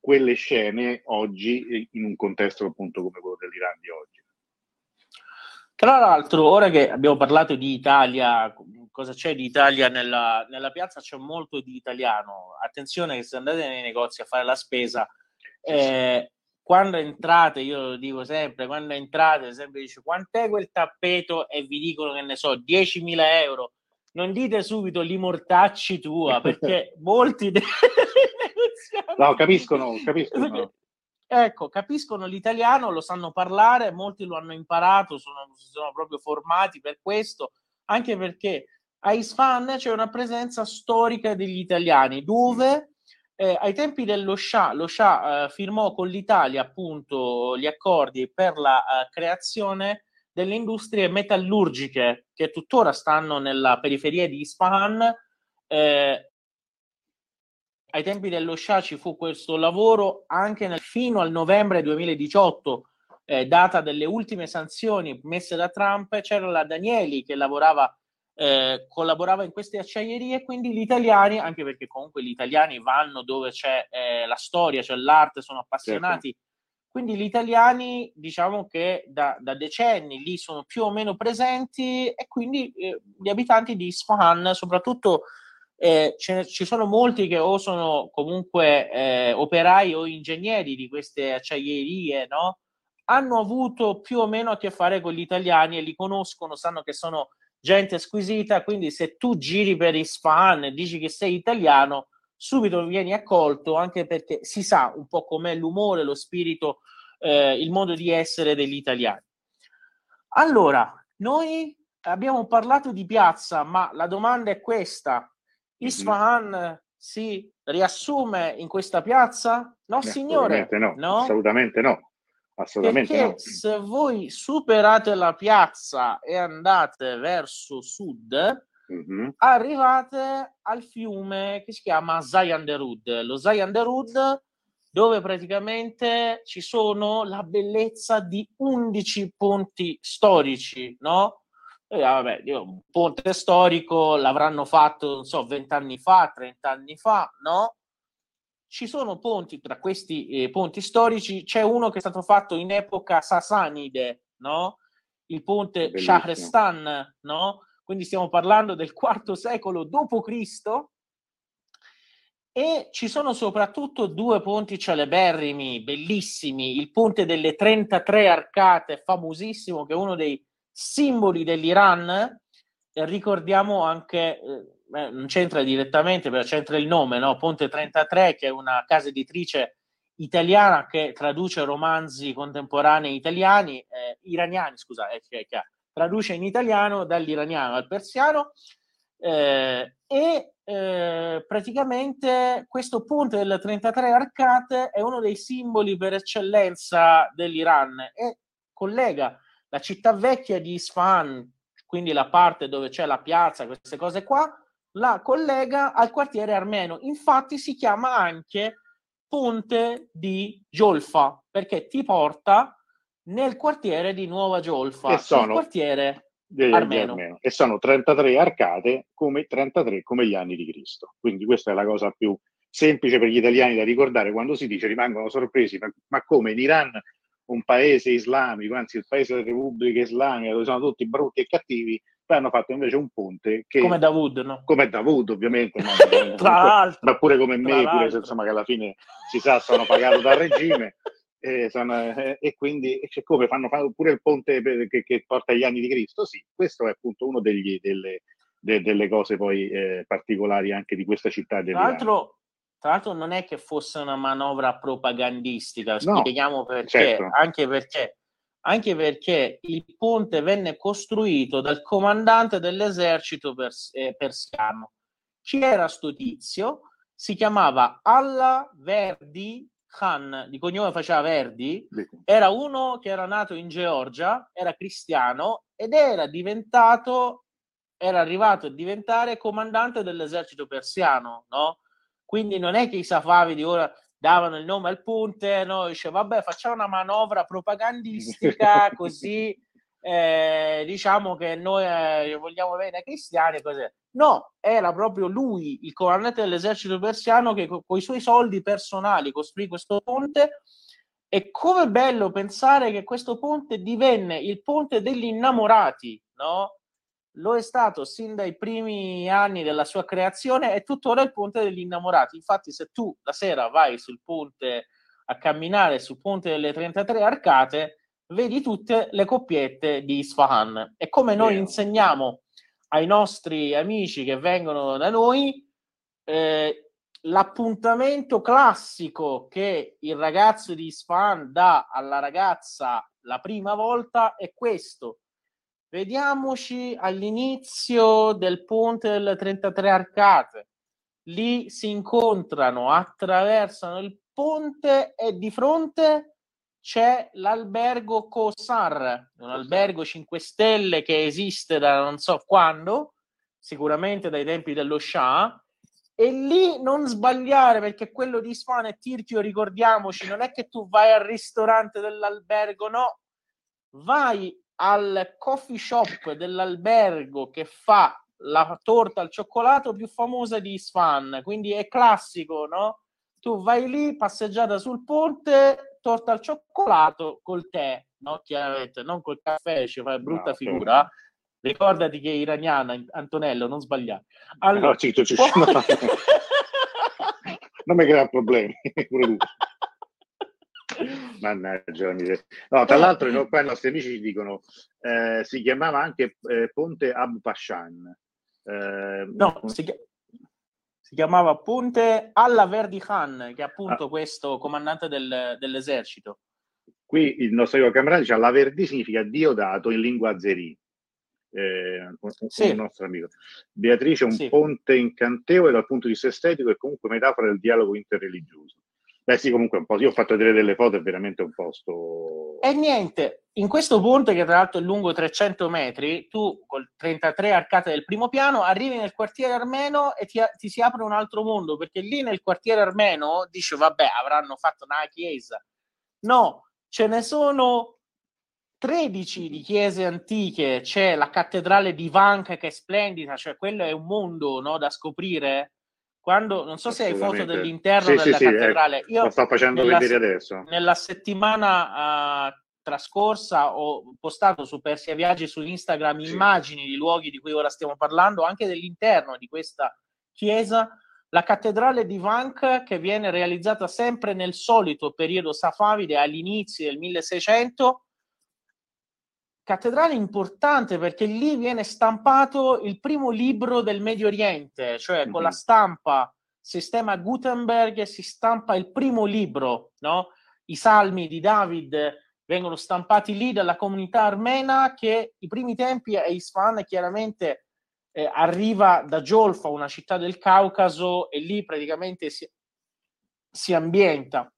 quelle scene oggi in un contesto appunto come quello dell'Iran di oggi. Tra l'altro, ora che abbiamo parlato di Italia, cosa c'è di Italia nella piazza? C'è molto di italiano. Attenzione che se andate nei negozi a fare la spesa, quando entrate, io lo dico sempre, quando entrate sempre dice quant'è quel tappeto e vi dicono che ne so, 10.000 euro. Non dite subito li mortacci tua, perché molti no, capiscono. Ecco, capiscono l'italiano, lo sanno parlare, molti lo hanno imparato, si sono proprio formati per questo, anche perché a Isfahan c'è una presenza storica degli italiani, dove ai tempi dello Shah, lo Shah firmò con l'Italia appunto gli accordi per la creazione delle industrie metallurgiche che tuttora stanno nella periferia di Isfahan. Ai tempi dello Shah ci fu questo lavoro anche fino al novembre 2018, data delle ultime sanzioni messe da Trump. C'era la Danieli che collaborava in queste acciaierie, quindi gli italiani, anche perché comunque gli italiani vanno dove c'è la storia, c'è l'arte, sono appassionati. Certo. Quindi gli italiani, diciamo che da decenni lì sono più o meno presenti, e quindi gli abitanti di Isfahan, soprattutto ci sono molti che o sono comunque operai o ingegneri di queste acciaierie, no? Hanno avuto più o meno a che fare con gli italiani e li conoscono, sanno che sono gente squisita, quindi se tu giri per Isfahan e dici che sei italiano, subito vieni accolto, anche perché si sa un po' com'è l'umore, lo spirito, il modo di essere degli italiani. Allora, noi abbiamo parlato di piazza, ma la domanda è questa: Isfahan si riassume in questa piazza? No, signore? No, assolutamente no. Assolutamente perché no. Se voi superate la piazza e andate verso sud, arrivate al fiume che si chiama Zayanderud. Lo Zayanderud, dove praticamente ci sono la bellezza di 11 ponti storici, no? Vabbè, un ponte storico l'avranno fatto, non so, 20 anni fa, 30 anni fa, no? Ci sono ponti, tra questi ponti storici c'è uno che è stato fatto in epoca sasanide, no? Il ponte Shahrastan, no? Quindi stiamo parlando del IV secolo d.C. E ci sono soprattutto due ponti celeberrimi, bellissimi. Il ponte delle 33 arcate, famosissimo, che è uno dei simboli dell'Iran. Ricordiamo anche, non c'entra direttamente, però c'entra il nome, no? Ponte 33, che è una casa editrice italiana che traduce romanzi contemporanei italiani, iraniani, scusa, traduce in italiano dall'iraniano al persiano. Praticamente questo ponte delle 33 arcate è uno dei simboli per eccellenza dell'Iran e collega la città vecchia di Isfahan, quindi la parte dove c'è la piazza, queste cose qua, la collega al quartiere armeno. Infatti si chiama anche Ponte di Jolfa, perché ti porta nel quartiere di Nuova Jolfa, il quartiere armeno. E sono 33 arcate come 33 come gli anni di Cristo. Quindi questa è la cosa più semplice per gli italiani da ricordare quando si dice, rimangono sorpresi, ma come in Iran, un paese islamico, anzi il paese della Repubblica Islamica, dove sono tutti brutti e cattivi, poi hanno fatto invece un ponte che... Come Dawood, no? Come Dawood, ovviamente. No? Tra l'altro. Ma pure come me, pure, insomma, che alla fine si sa, sono pagato dal regime. E quindi come fanno pure il ponte che porta agli anni di Cristo. Sì, questo è appunto uno delle cose poi particolari anche di questa città dell'Iran. Tra l'altro non è che fosse una manovra propagandistica, no, spieghiamo perché, certo. anche perché il ponte venne costruito dal comandante dell'esercito persiano. Chi era sto tizio? Si chiamava Allah Verdi Khan, di cognome faceva Verdi, era uno che era nato in Georgia, era cristiano ed era arrivato a diventare comandante dell'esercito persiano, no? Quindi non è che i safavi di ora davano il nome al ponte, no? Dice vabbè, facciamo una manovra propagandistica così diciamo che noi vogliamo bene ai cristiani, così. No, era proprio lui, il comandante dell'esercito persiano, che con i suoi soldi personali costruì questo ponte. E come bello pensare che questo ponte divenne il ponte degli innamorati, no? Lo è stato sin dai primi anni della sua creazione e tuttora il ponte degli innamorati. Infatti, se tu la sera vai sul ponte a camminare sul ponte delle 33 Arcate, vedi tutte le coppiette di Isfahan. E come noi insegniamo ai nostri amici che vengono da noi, l'appuntamento classico che il ragazzo di Isfahan dà alla ragazza la prima volta è questo: vediamoci all'inizio del ponte delle 33 Arcate. Lì si incontrano, attraversano il ponte e di fronte c'è l'albergo Kosar, un albergo 5 stelle che esiste da non so quando, sicuramente dai tempi dello Shah. E lì non sbagliare, perché quello di Isfahan è Tirchio, ricordiamoci, non è che tu vai al ristorante dell'albergo, no, vai al coffee shop dell'albergo che fa la torta al cioccolato più famosa di Isfahan, quindi è classico, no? Tu vai lì, passeggiata sul ponte, torta al cioccolato col tè, no? Chiaramente, non col caffè, ci fai brutta figura. Certo. Ricordati che è iraniana, Antonello, non sbagliare. Allora, no, non mi crea problemi. Mannaggia la miseria. No, tra l'altro qua i nostri amici ci dicono si chiamava anche Ponte Abu Pashan. No, si chiamava Ponte alla Verdi Khan, che è appunto questo comandante dell'esercito. Qui il nostro amico Camerati dice la Verdi significa Diodato in lingua azeri. Un nostro amico. Beatrice, un ponte incantevole dal punto di vista estetico e comunque metafora del dialogo interreligioso. Beh sì, comunque un po'. Io ho fatto vedere delle foto, è veramente un posto. E niente, in questo ponte, che tra l'altro è lungo 300 metri, tu col 33 arcate del primo piano arrivi nel quartiere armeno e ti si apre un altro mondo, perché lì nel quartiere armeno dice vabbè, avranno fatto una chiesa. No, ce ne sono 13 di chiese antiche, c'è la cattedrale di Vanka che è splendida, cioè quello è un mondo, no, da scoprire. Quando, non so se hai foto dell'interno della cattedrale, io lo sto facendo vedere adesso. Nella settimana trascorsa ho postato su Persia Viaggi su Instagram immagini di luoghi di cui ora stiamo parlando, anche dell'interno di questa chiesa. La cattedrale di Vank, che viene realizzata sempre nel solito periodo safavide, all'inizio del 1600, cattedrale importante perché lì viene stampato il primo libro del Medio Oriente, cioè con la stampa sistema Gutenberg si stampa il primo libro, no? I Salmi di David vengono stampati lì dalla comunità armena, che i primi tempi a Isfahan chiaramente arriva da Jolfa, una città del Caucaso, e lì praticamente si ambienta.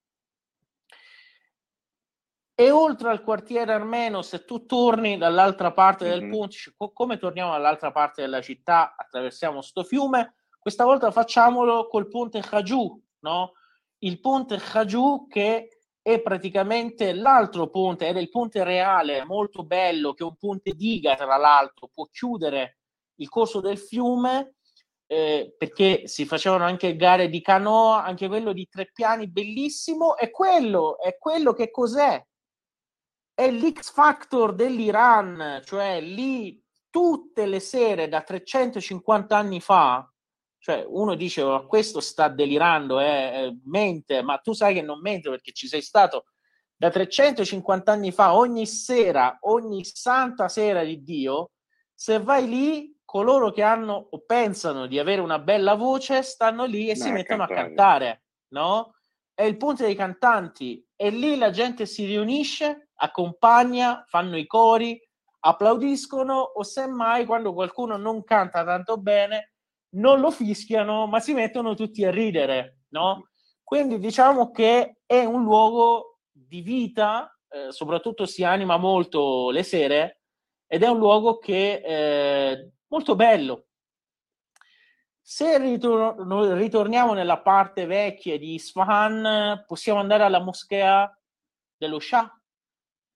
E oltre al quartiere armeno, se tu torni dall'altra parte del ponte, come torniamo dall'altra parte della città, attraversiamo sto fiume, questa volta facciamolo col ponte Khaju, no? Il ponte Khaju, che è praticamente l'altro ponte, era il ponte reale, molto bello, che è un ponte diga, tra l'altro, può chiudere il corso del fiume, perché si facevano anche gare di canoa, anche quello di 3 piani, bellissimo, e quello che cos'è? È l'X Factor dell'Iran, cioè lì tutte le sere da 350 anni fa, cioè uno dice oh, questo sta delirando, mente, ma tu sai che non mente perché ci sei stato da 350 anni fa, ogni sera, ogni santa sera di Dio, se vai lì, coloro che hanno o pensano di avere una bella voce stanno lì e si mettono a cantare, no? È il ponte dei cantanti, e lì la gente si riunisce, accompagna, fanno i cori, applaudiscono, o semmai quando qualcuno non canta tanto bene non lo fischiano, ma si mettono tutti a ridere, no? Quindi diciamo che è un luogo di vita, soprattutto si anima molto le sere, ed è un luogo che è molto bello. Se ritorniamo nella parte vecchia di Isfahan, possiamo andare alla moschea dello Shah.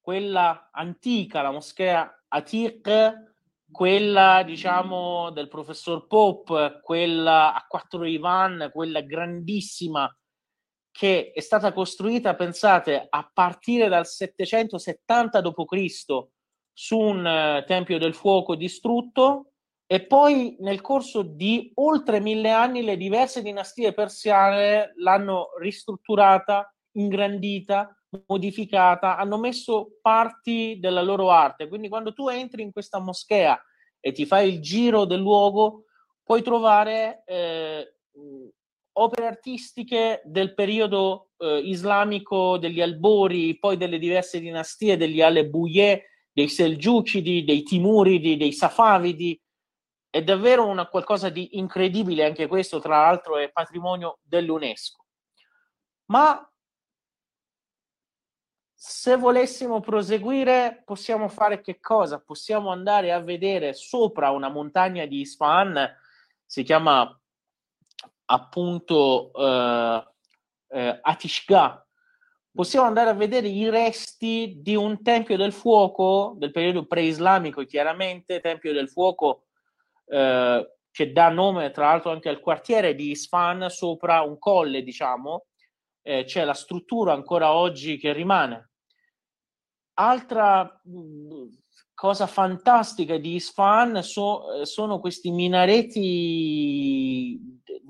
quella antica, la moschea Atiq, quella diciamo del professor Pope, quella a 4 Ivan, quella grandissima che è stata costruita, pensate, a partire dal 770 d.C. su un Tempio del Fuoco distrutto, e poi nel corso di oltre 1000 anni le diverse dinastie persiane l'hanno ristrutturata, ingrandita, modificata, hanno messo parti della loro arte. Quindi quando tu entri in questa moschea e ti fai il giro del luogo, puoi trovare opere artistiche del periodo islamico, degli albori, poi delle diverse dinastie, degli Alebuyè, dei Selgiucidi, dei Timuridi, dei Safavidi. È davvero qualcosa di incredibile, anche questo tra l'altro è patrimonio dell'UNESCO. Ma se volessimo proseguire, possiamo fare che cosa? Possiamo andare a vedere sopra una montagna di Isfahan, si chiama appunto Atishgah. Possiamo andare a vedere i resti di un tempio del fuoco del periodo preislamico, chiaramente, tempio del fuoco che dà nome tra l'altro anche al quartiere di Isfahan, sopra un colle, diciamo, c'è la struttura ancora oggi che rimane. Altra cosa fantastica di Isfahan sono questi minareti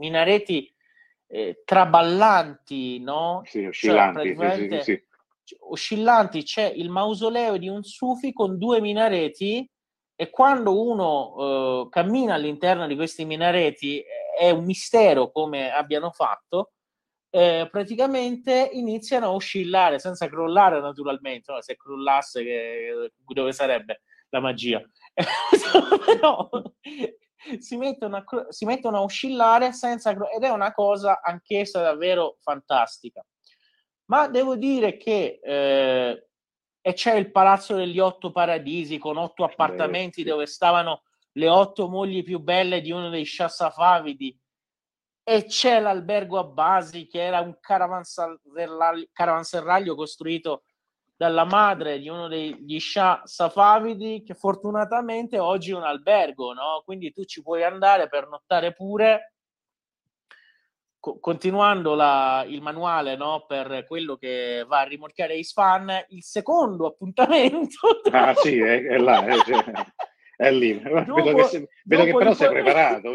traballanti, no? Sì, oscillanti. Cioè, sì. Oscillanti. C'è il mausoleo di un sufi con 2 minareti, e quando uno cammina all'interno di questi minareti è un mistero come abbiano fatto. Praticamente iniziano a oscillare senza crollare, naturalmente, no? Se crollasse dove sarebbe la magia? Però si mettono a oscillare ed è una cosa anch'essa davvero fantastica. Ma devo dire che e c'è il Palazzo degli 8 Paradisi con 8 appartamenti dove stavano le 8 mogli più belle di uno dei Shah Safavidi, e c'è l'Albergo Abbasi, che era un caravanserraglio costruito dalla madre di uno degli Shah Safavidi, che fortunatamente oggi è un albergo, no? Quindi tu ci puoi andare per nottare pure. Continuando il manuale, no, per quello che va a rimorchiare Isfahan, il secondo appuntamento. Ah sì, è là, è lì. Vedo che però sei preparato.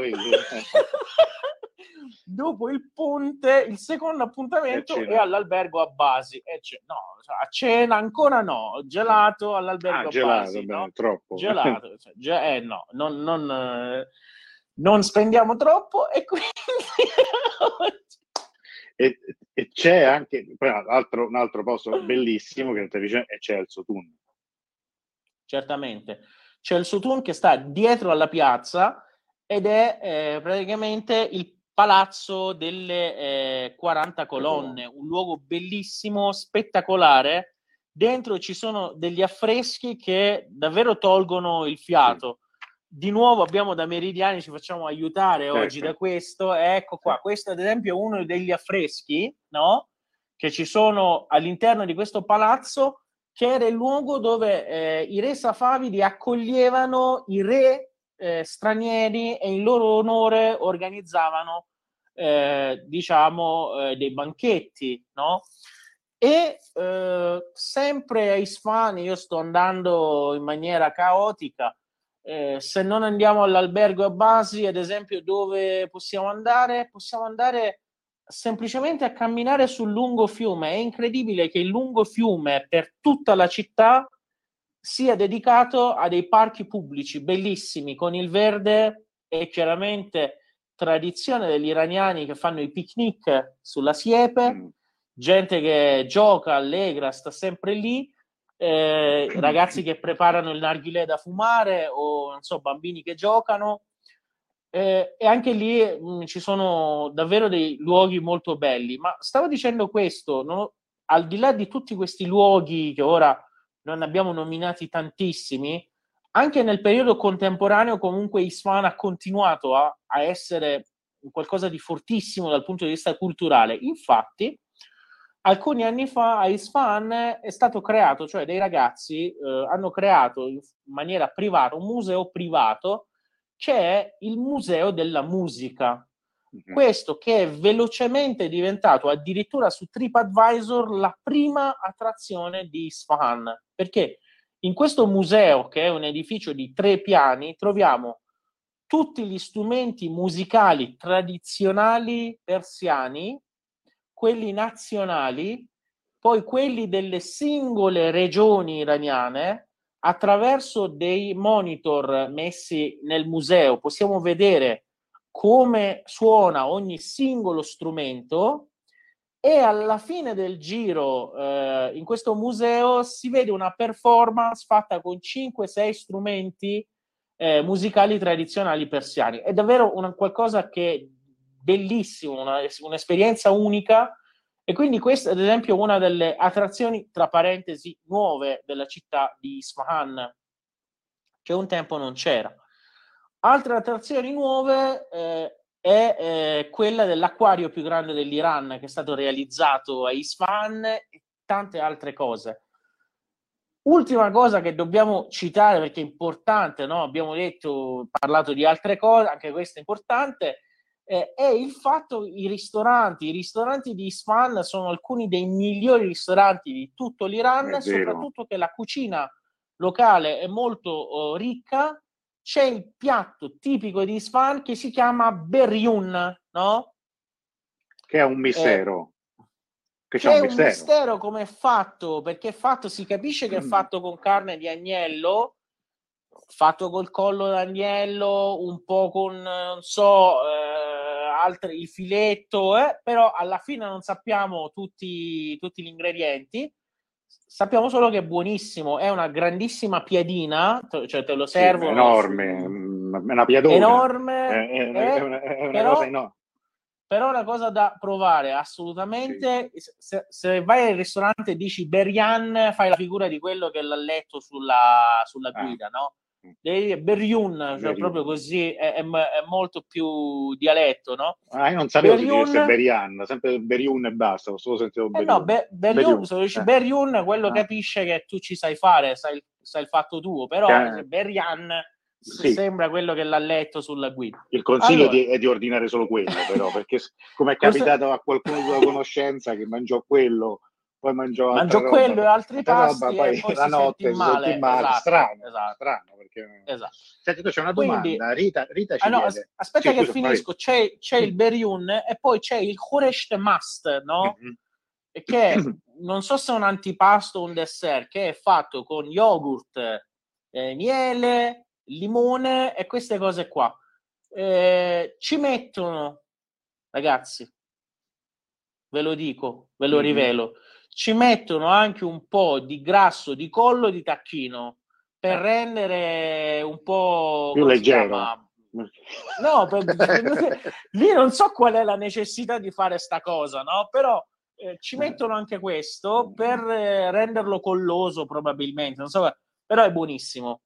Dopo il ponte, il secondo appuntamento è all'Albergo Abbasi. A cena ancora no, gelato all'Albergo Abbasi. Gelato, no? troppo. Gelato, no, non spendiamo troppo, e quindi e c'è anche un altro posto bellissimo che c'è il Sotun. Certamente. C'è il Sotun che sta dietro alla piazza ed è praticamente il palazzo delle 40 colonne, un luogo bellissimo, spettacolare. Dentro ci sono degli affreschi che davvero tolgono il fiato. Sì. Di nuovo abbiamo da Meridiani, ci facciamo aiutare oggi da questo. Ecco qua, questo ad esempio è uno degli affreschi, no? Che ci sono all'interno di questo palazzo, che era il luogo dove i re safavidi accoglievano i re stranieri e in loro onore organizzavano dei banchetti, no? E sempre a Isfahan, io sto andando in maniera caotica, se non andiamo all'Albergo Abbasi, ad esempio, dove possiamo andare? Possiamo andare semplicemente a camminare sul lungo fiume. È incredibile che il lungo fiume per tutta la città sia dedicato a dei parchi pubblici bellissimi, con il verde, e chiaramente tradizione degli iraniani che fanno i picnic sulla siepe, gente che gioca, allegra, sta sempre lì, ragazzi che preparano il narghilè da fumare, o non so, bambini che giocano. E anche lì ci sono davvero dei luoghi molto belli. Ma stavo dicendo questo, no? Al di là di tutti questi luoghi che ora non abbiamo nominati tantissimi, anche nel periodo contemporaneo comunque Isfahan ha continuato a essere qualcosa di fortissimo dal punto di vista culturale. Infatti alcuni anni fa a Isfahan è stato creato, cioè dei ragazzi hanno creato in maniera privata un museo privato che è il Museo della Musica. Questo che è velocemente diventato addirittura su TripAdvisor la prima attrazione di Isfahan, perché in questo museo, che è un edificio di 3 piani, troviamo tutti gli strumenti musicali tradizionali persiani, quelli nazionali, poi quelli delle singole regioni iraniane. Attraverso dei monitor messi nel museo possiamo vedere come suona ogni singolo strumento, e alla fine del giro in questo museo si vede una performance fatta con 5-6 strumenti musicali tradizionali persiani. È davvero qualcosa che è bellissimo, un'esperienza unica, e quindi questa è ad esempio una delle attrazioni, tra parentesi, nuove della città di Isfahan, che un tempo non c'era. Altre attrazioni nuove è quella dell'acquario più grande dell'Iran, che è stato realizzato a Isfahan, e tante altre cose. Ultima cosa che dobbiamo citare perché è importante, no? Abbiamo parlato di altre cose, anche questo è importante, è il fatto i ristoranti di Isfahan sono alcuni dei migliori ristoranti di tutto l'Iran, soprattutto che la cucina locale è molto ricca. C'è il piatto tipico di Isfahan che si chiama Beryun, no? Che è un mistero. Che è un mistero come è fatto, perché è fatto, si capisce che è fatto con carne di agnello, fatto col collo d'agnello, un po' con, non so, altri, il filetto, però alla fine non sappiamo tutti gli ingredienti. Sappiamo solo che è buonissimo, è una grandissima piadina, cioè te lo servono. Enorme, una piadona. Enorme. È una cosa enorme. Però è una cosa da provare, assolutamente. Sì. Se vai al ristorante e dici Beryan, fai la figura di quello che l'ha letto sulla guida, no? Beryun, cioè proprio così, è molto più dialetto, no? Io non sapevo se dicesse Beryan, sempre Beryun e basta, ho solo sentito Beryun. No, Beryun, se lo dici Beryun, quello capisce che tu ci sai fare, sai il fatto tuo, però Beryan sembra quello che l'ha letto sulla guida. Il consiglio è di ordinare solo quello, però, perché come è capitato a qualcuno di tua conoscenza che mangiò quello, poi mangiò quello e altri pasti, poi e poi la notte si sentì male. Esatto, strano perché... Esatto. Senti, tu c'è una domanda, Rita ci chiede... Aspetta che finisco, c'è il Beryun e poi c'è il Khuresht Mast, no? Che non so se è un antipasto o un dessert, che è fatto con yogurt, miele, limone e queste cose qua. Ci mettono, ragazzi, ve lo dico, ve lo rivelo, ci mettono anche un po' di grasso di collo di tacchino per rendere un po' più leggero. No, lì non so qual è la necessità di fare sta cosa, no? Però ci mettono anche questo per renderlo colloso, probabilmente, non so, però è buonissimo.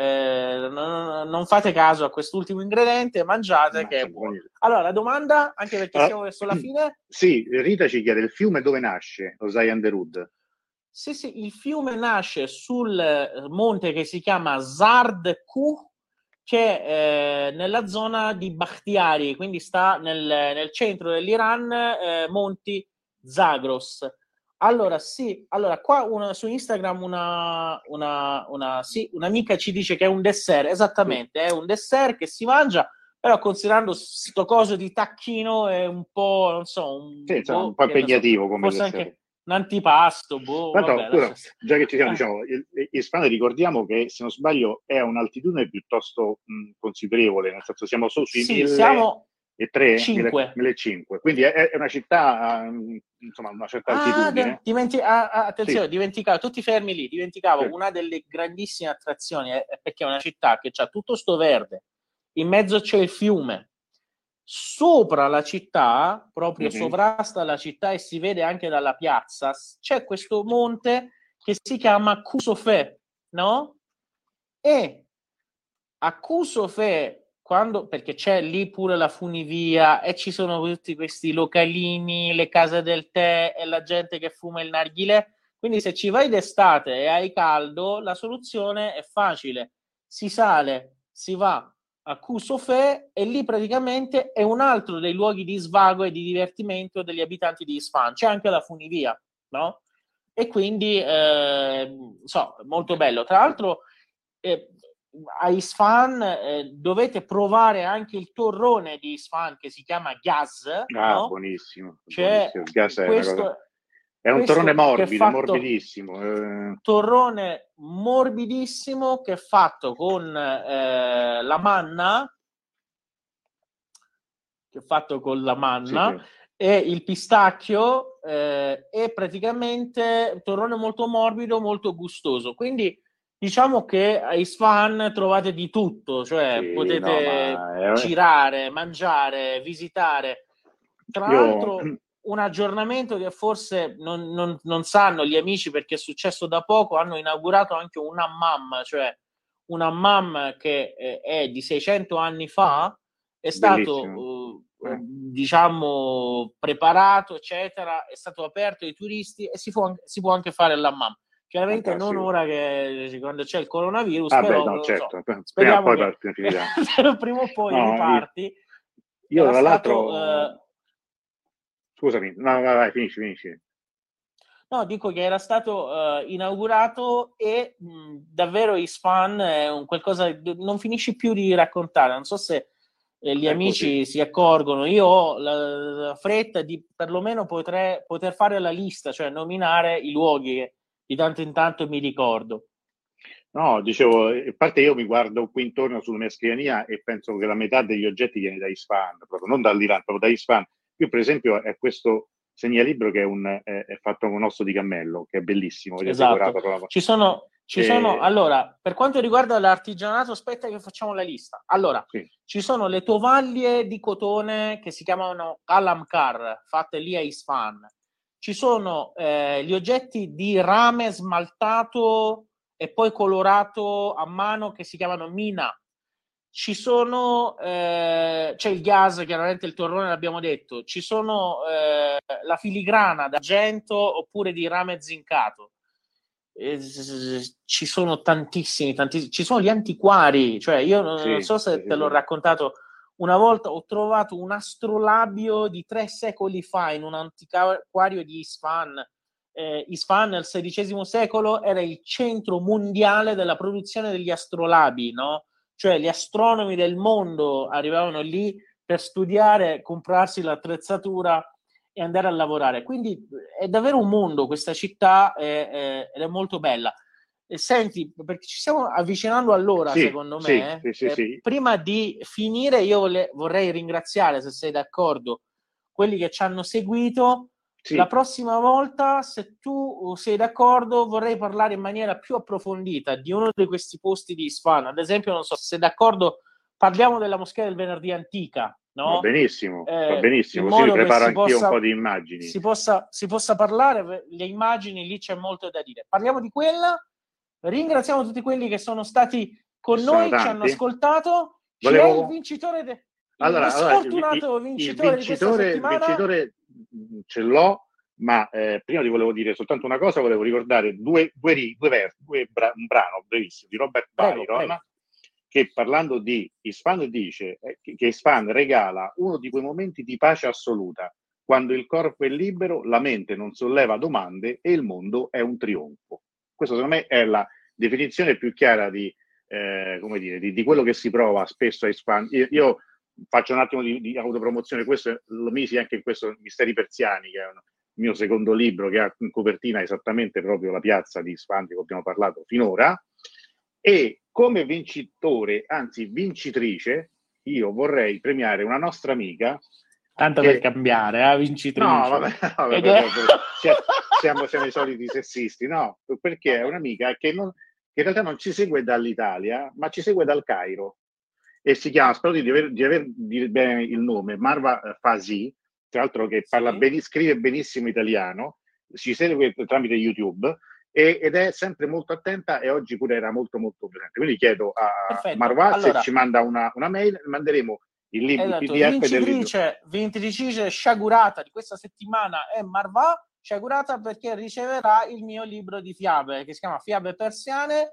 Non fate caso a quest'ultimo ingrediente, mangiate che è buono. Allora, la domanda, anche perché siamo verso la fine. Sì, Rita ci chiede, il fiume dove nasce, Osayan Derud? Sì, il fiume nasce sul monte che si chiama Zard Kuh, che è nella zona di Bakhtiari, quindi sta nel centro dell'Iran, Monti Zagros. Allora, qua su Instagram un'amica ci dice che è un dessert, esattamente, è un dessert che si mangia, però considerando sto coso di tacchino è un po', non so, un po' impegnativo come forse anche un antipasto, già che ci siamo, diciamo, Isfahan, ricordiamo che, se non sbaglio, è a un'altitudine piuttosto considerevole, nel senso siamo solo sui 1.500, quindi è una città, insomma, una certa altitudine. Attenzione, dimenticavo, tutti fermi lì, una delle grandissime attrazioni, perché è una città che ha tutto sto verde, in mezzo c'è il fiume, sopra la città, proprio sovrasta la città e si vede anche dalla piazza, c'è questo monte che si chiama Kusofeh, no? E a Kusofeh perché c'è lì pure la funivia e ci sono tutti questi localini, le case del tè e la gente che fuma il narghilè. Quindi se ci vai d'estate e hai caldo, la soluzione è facile. Si sale, si va a Kusofè e lì praticamente è un altro dei luoghi di svago e di divertimento degli abitanti di Isfahan. C'è anche la funivia, no? E quindi, molto bello. Tra l'altro, a Isfahan dovete provare anche il torrone di Isfahan che si chiama Gaz. No? Buonissimo. C'è buonissimo. Il gas è questo, una cosa... È un torrone morbido, morbidissimo. Torrone morbidissimo che è fatto con la manna, sì. E il pistacchio è praticamente un torrone molto morbido, molto gustoso. Quindi diciamo che a Isfahan trovate di tutto, cioè sì, potete girare, mangiare, visitare. Tra l'altro un aggiornamento che forse non sanno gli amici perché è successo da poco, hanno inaugurato anche un hammam, cioè un hammam che è di 600 anni fa, è stato diciamo preparato, eccetera, è stato aperto ai turisti e si può anche fare l'hammam. Chiaramente fantastico. Non ora che quando c'è il coronavirus, però no, certo. Speriamo che prima o poi riparti. Io tra l'altro scusami, no, vai, finisci. No, dico che era stato inaugurato e davvero Isfahan è un qualcosa, non finisci più di raccontare, non so se gli amici così si accorgono. Io ho la fretta di perlomeno poter fare la lista, cioè nominare i luoghi che di tanto in tanto mi ricordo. No, dicevo, a parte io mi guardo qui intorno sulla mia scrivania e penso che la metà degli oggetti viene da Isfahan, proprio non dall'Iran, proprio da Isfahan. Qui per esempio è questo segnalibro che è fatto con osso di cammello, che è bellissimo. Esatto. Ci sono allora, per quanto riguarda l'artigianato, aspetta che facciamo la lista. Allora, sì, ci sono le tovaglie di cotone che si chiamano Kalamkar, fatte lì a Isfahan. Ci sono gli oggetti di rame smaltato e poi colorato a mano che si chiamano mina. Ci sono c'è il gas, chiaramente il torrone l'abbiamo detto, ci sono la filigrana d'argento oppure di rame zincato, ci sono tantissimi, ci sono gli antiquari, cioè io non so se te l'ho raccontato, una volta ho trovato un astrolabio di 3 secoli fa in un antiquario di Isfahan. Isfahan nel XVI secolo era il centro mondiale della produzione degli astrolabi, no? Cioè gli astronomi del mondo arrivavano lì per studiare, comprarsi l'attrezzatura e andare a lavorare. Quindi è davvero un mondo questa città ed è molto bella. E senti, perché ci stiamo avvicinando all'ora, secondo me. Sì. Prima di finire io vorrei ringraziare, se sei d'accordo, quelli che ci hanno seguito. Sì. La prossima volta, se tu sei d'accordo, vorrei parlare in maniera più approfondita di uno di questi posti di Isfahan. Ad esempio, non so se sei d'accordo, parliamo della moschea del venerdì antica, no? Va benissimo, così mi preparo anch'io un po' di immagini. Si possa parlare, le immagini, lì c'è molto da dire. Parliamo di quella, ringraziamo tutti quelli che sono stati con noi, ci hanno ascoltato. C'è il vincitore sfortunato vincitore di questa settimana. Il vincitore ce l'ho, ma prima ti volevo dire soltanto una cosa, volevo ricordare un brano brevissimo di Robert Byron, che parlando di Isfahan dice che Isfahan regala uno di quei momenti di pace assoluta, quando il corpo è libero, la mente non solleva domande e il mondo è un trionfo. Questo secondo me è la definizione più chiara di quello che si prova spesso a Isfahan. Io faccio un attimo di autopromozione, questo lo misi anche in questo Misteri Persiani, che è il mio secondo libro, che ha in copertina esattamente proprio la piazza di Isfahan di cui abbiamo parlato finora. E come vincitore, anzi vincitrice, io vorrei premiare una nostra amica. Tanto per cambiare, vincitrice. No, vabbè, siamo i soliti sessisti, no, perché è un'amica che in realtà non ci segue dall'Italia, ma ci segue dal Cairo. E si chiama, spero di aver dire bene il nome, Marwa Fasi, tra l'altro che scrive benissimo italiano, ci segue tramite YouTube ed è sempre molto attenta e oggi pure era molto molto presente. Quindi chiedo a Marwa se ci manda una mail, manderemo il libro, il PDF del libro. Vincitrice sciagurata di questa settimana è Marwa, sciagurata perché riceverà il mio libro di fiabe che si chiama Fiabe persiane,